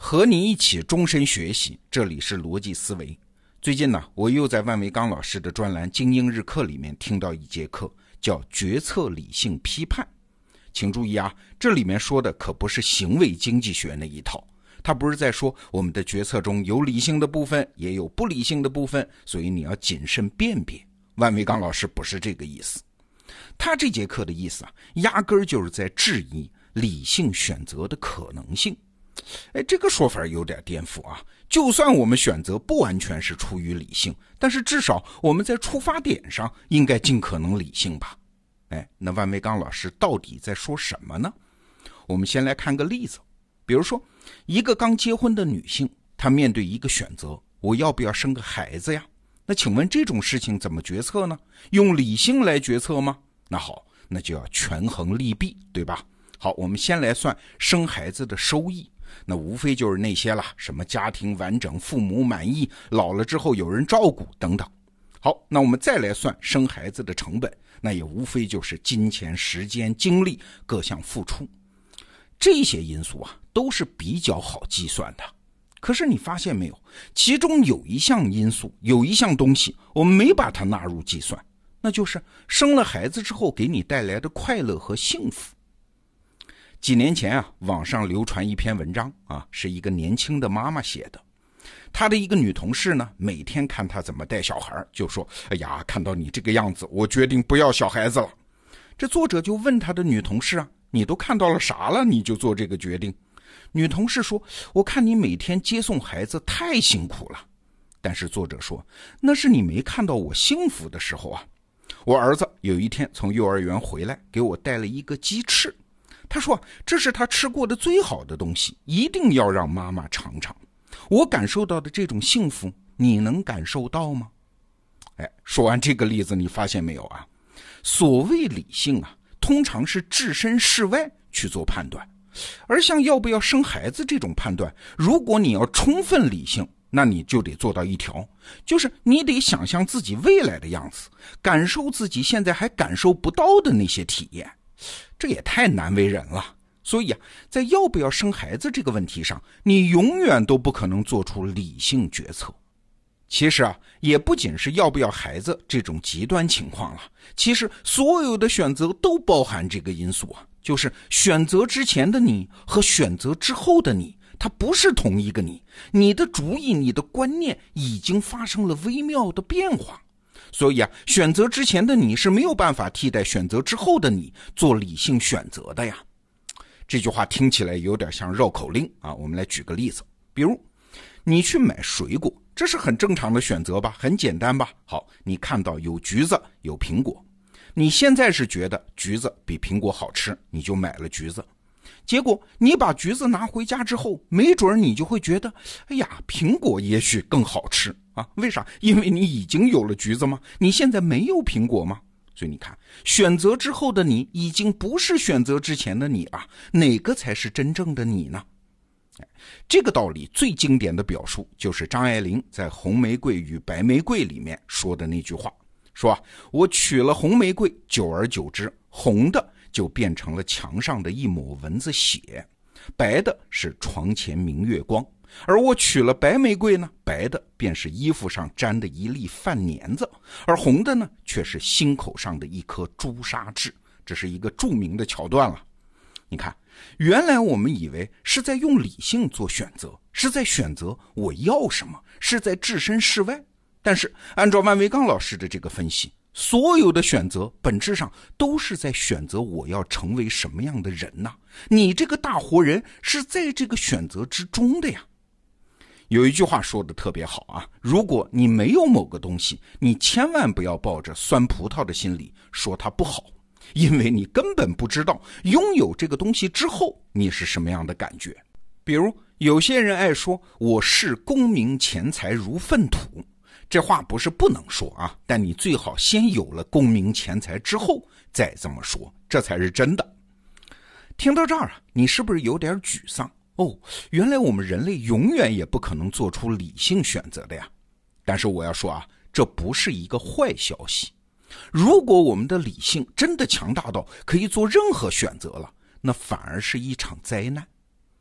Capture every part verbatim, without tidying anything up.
和你一起终身学习，这里是逻辑思维。最近呢，我又在万维刚老师的专栏精英日课里面听到一节课，叫决策理性批判。请注意啊，这里面说的可不是行为经济学那一套，他不是在说我们的决策中有理性的部分，也有不理性的部分，所以你要谨慎辨别。万维刚老师不是这个意思，他这节课的意思啊，压根儿就是在质疑理性选择的可能性。哎，这个说法有点颠覆啊！就算我们选择不完全是出于理性，但是至少我们在出发点上应该尽可能理性吧？哎，那万维刚老师到底在说什么呢？我们先来看个例子，比如说一个刚结婚的女性，她面对一个选择，我要不要生个孩子呀？那请问这种事情怎么决策呢？用理性来决策吗？那好，那就要权衡利弊，对吧？好，我们先来算生孩子的收益，那无非就是那些了，什么家庭完整、父母满意、老了之后有人照顾等等。好，那我们再来算生孩子的成本，那也无非就是金钱、时间、精力各项付出。这些因素啊，都是比较好计算的。可是你发现没有，其中有一项因素，有一项东西我们没把它纳入计算，那就是生了孩子之后给你带来的快乐和幸福。几年前啊，网上流传一篇文章啊，是一个年轻的妈妈写的。她的一个女同事呢，每天看她怎么带小孩，就说：“哎呀，看到你这个样子，我决定不要小孩子了。”这作者就问她的女同事啊：“你都看到了啥了？你就做这个决定？”女同事说：“我看你每天接送孩子太辛苦了。”但是作者说：“那是你没看到我幸福的时候啊。我儿子有一天从幼儿园回来，给我带了一个鸡翅。他说这是他吃过的最好的东西，一定要让妈妈尝尝。我感受到的这种幸福，你能感受到吗？”哎，说完这个例子，你发现没有啊？所谓理性啊，通常是置身事外去做判断，而像要不要生孩子这种判断，如果你要充分理性，那你就得做到一条，就是你得想象自己未来的样子，感受自己现在还感受不到的那些体验。这也太难为人了。所以啊，在要不要生孩子这个问题上，你永远都不可能做出理性决策。其实啊，也不仅是要不要孩子这种极端情况了，其实所有的选择都包含这个因素啊，就是选择之前的你和选择之后的你，它不是同一个你，你的主意、你的观念已经发生了微妙的变化。所以啊，选择之前的你是没有办法替代选择之后的你做理性选择的呀。这句话听起来有点像绕口令啊，我们来举个例子，比如你去买水果，这是很正常的选择吧，很简单吧。好，你看到有橘子有苹果，你现在是觉得橘子比苹果好吃，你就买了橘子。结果你把橘子拿回家之后，没准你就会觉得，哎呀，苹果也许更好吃啊？为啥？因为你已经有了橘子吗？你现在没有苹果吗？所以你看，选择之后的你已经不是选择之前的你了，哪个才是真正的你呢？这个道理最经典的表述就是张爱玲在《红玫瑰与白玫瑰》里面说的那句话，说啊，我取了红玫瑰，久而久之，红的就变成了墙上的一抹蚊子血，白的是床前明月光，而我取了白玫瑰呢，白的便是衣服上沾的一粒饭粘子，而红的呢，却是心口上的一颗朱砂痣。这是一个著名的桥段了。你看，原来我们以为是在用理性做选择，是在选择我要什么，是在置身事外。但是按照万维刚老师的这个分析，所有的选择本质上都是在选择我要成为什么样的人呢？你这个大活人是在这个选择之中的呀。有一句话说的特别好啊，如果你没有某个东西，你千万不要抱着酸葡萄的心理说它不好，因为你根本不知道拥有这个东西之后你是什么样的感觉。比如有些人爱说我视功名钱财如粪土，这话不是不能说啊，但你最好先有了功名钱财之后再这么说，这才是真的。听到这儿啊，你是不是有点沮丧？哦，原来我们人类永远也不可能做出理性选择的呀。但是我要说啊，这不是一个坏消息。如果我们的理性真的强大到可以做任何选择了，那反而是一场灾难。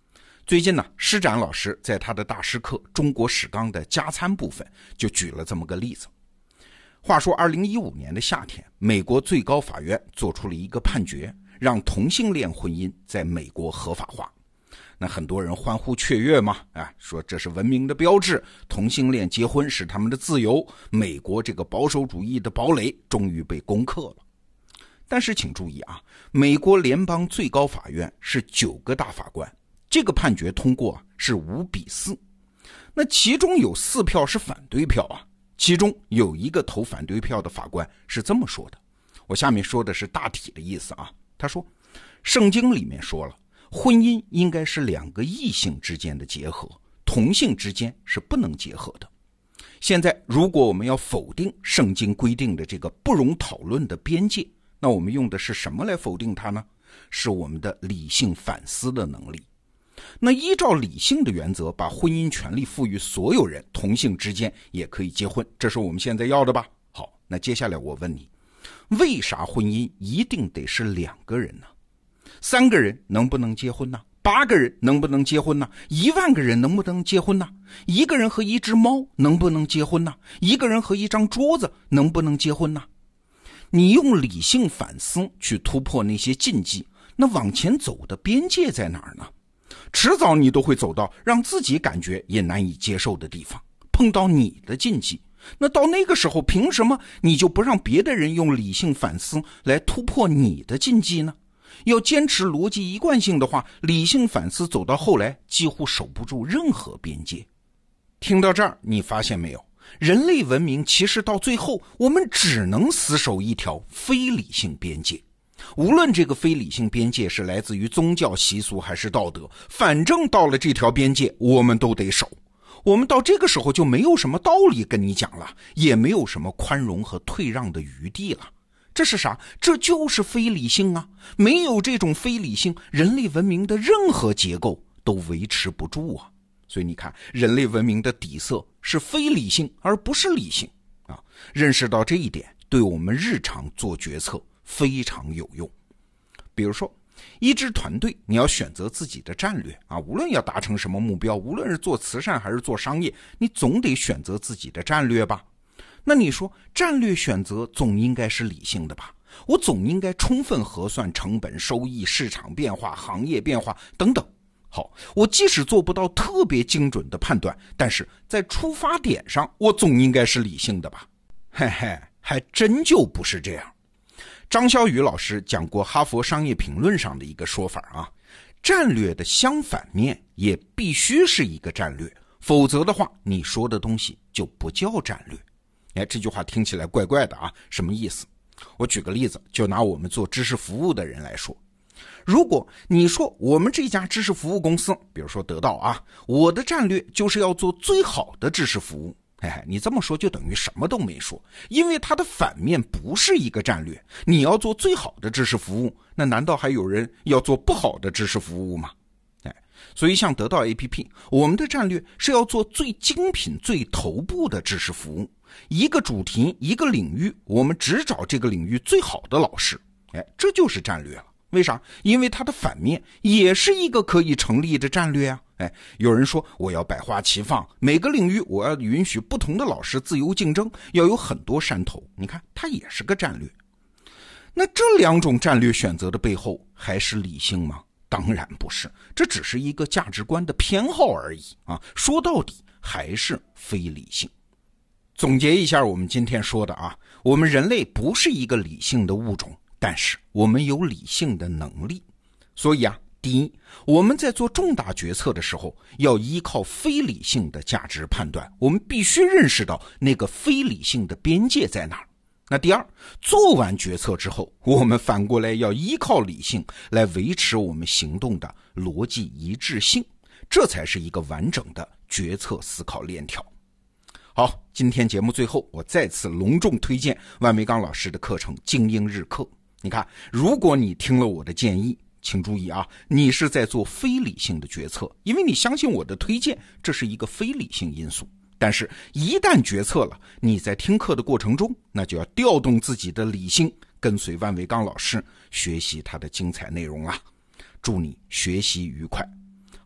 最近呢，施展老师在他的大师课《中国史纲》的加餐部分就举了这么个例子。话说二零一五年的夏天，美国最高法院做出了一个判决，让同性恋婚姻在美国合法化。那很多人欢呼雀跃嘛，啊，说这是文明的标志，同性恋结婚是他们的自由，美国这个保守主义的堡垒终于被攻克了。但是请注意啊，美国联邦最高法院是九个大法官，这个判决通过是五比四，那其中有四票是反对票啊，其中有一个投反对票的法官是这么说的，我下面说的是大体的意思啊。他说，圣经里面说了，婚姻应该是两个异性之间的结合，同性之间是不能结合的。现在如果我们要否定圣经规定的这个不容讨论的边界，那我们用的是什么来否定它呢？是我们的理性反思的能力。那依照理性的原则，把婚姻权利赋予所有人，同性之间也可以结婚，这是我们现在要的吧？好，那接下来我问你，为啥婚姻一定得是两个人呢？三个人能不能结婚呢？八个人能不能结婚呢？一万个人能不能结婚呢？一个人和一只猫能不能结婚呢？一个人和一张桌子能不能结婚呢？你用理性反思去突破那些禁忌，那往前走的边界在哪儿呢？迟早你都会走到让自己感觉也难以接受的地方，碰到你的禁忌，那到那个时候凭什么你就不让别的人用理性反思来突破你的禁忌呢？要坚持逻辑一贯性的话，理性反思走到后来几乎守不住任何边界。听到这儿，你发现没有，人类文明其实到最后我们只能死守一条非理性边界，无论这个非理性边界是来自于宗教习俗还是道德，反正到了这条边界我们都得守。我们到这个时候就没有什么道理跟你讲了，也没有什么宽容和退让的余地了。这是啥？这就是非理性啊！没有这种非理性，人类文明的任何结构都维持不住啊！所以你看，人类文明的底色是非理性而不是理性啊！认识到这一点，对我们日常做决策非常有用。比如说，一支团队你要选择自己的战略啊，无论要达成什么目标，无论是做慈善还是做商业，你总得选择自己的战略吧。那你说战略选择总应该是理性的吧？我总应该充分核算成本、收益、市场变化、行业变化等等。好，我即使做不到特别精准的判断，但是在出发点上我总应该是理性的吧？嘿嘿，还真就不是这样。张小雨老师讲过哈佛商业评论上的一个说法啊，战略的相反面也必须是一个战略，否则的话你说的东西就不叫战略。哎，这句话听起来怪怪的啊，什么意思？我举个例子，就拿我们做知识服务的人来说，如果你说我们这家知识服务公司，比如说得到啊，我的战略就是要做最好的知识服务，哎，你这么说就等于什么都没说，因为它的反面不是一个战略。你要做最好的知识服务，那难道还有人要做不好的知识服务吗？哎，所以像得到 A P P， 我们的战略是要做最精品、最头部的知识服务。一个主题，一个领域，我们只找这个领域最好的老师，哎，这就是战略了。为啥？因为它的反面也是一个可以成立的战略啊。哎，有人说我要百花齐放，每个领域我要允许不同的老师自由竞争，要有很多山头，你看它也是个战略。那这两种战略选择的背后还是理性吗？当然不是，这只是一个价值观的偏好而已啊。说到底还是非理性。总结一下我们今天说的啊，我们人类不是一个理性的物种，但是我们有理性的能力。所以啊，第一，我们在做重大决策的时候要依靠非理性的价值判断，我们必须认识到那个非理性的边界在哪儿。那第二，做完决策之后，我们反过来要依靠理性来维持我们行动的逻辑一致性，这才是一个完整的决策思考链条。好，今天节目最后我再次隆重推荐万维刚老师的课程《精英日课》。你看，如果你听了我的建议，请注意啊，你是在做非理性的决策，因为你相信我的推荐，这是一个非理性因素。但是一旦决策了，你在听课的过程中，那就要调动自己的理性，跟随万维刚老师学习他的精彩内容啦。祝你学习愉快。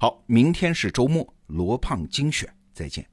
好，明天是周末，罗胖精选，再见。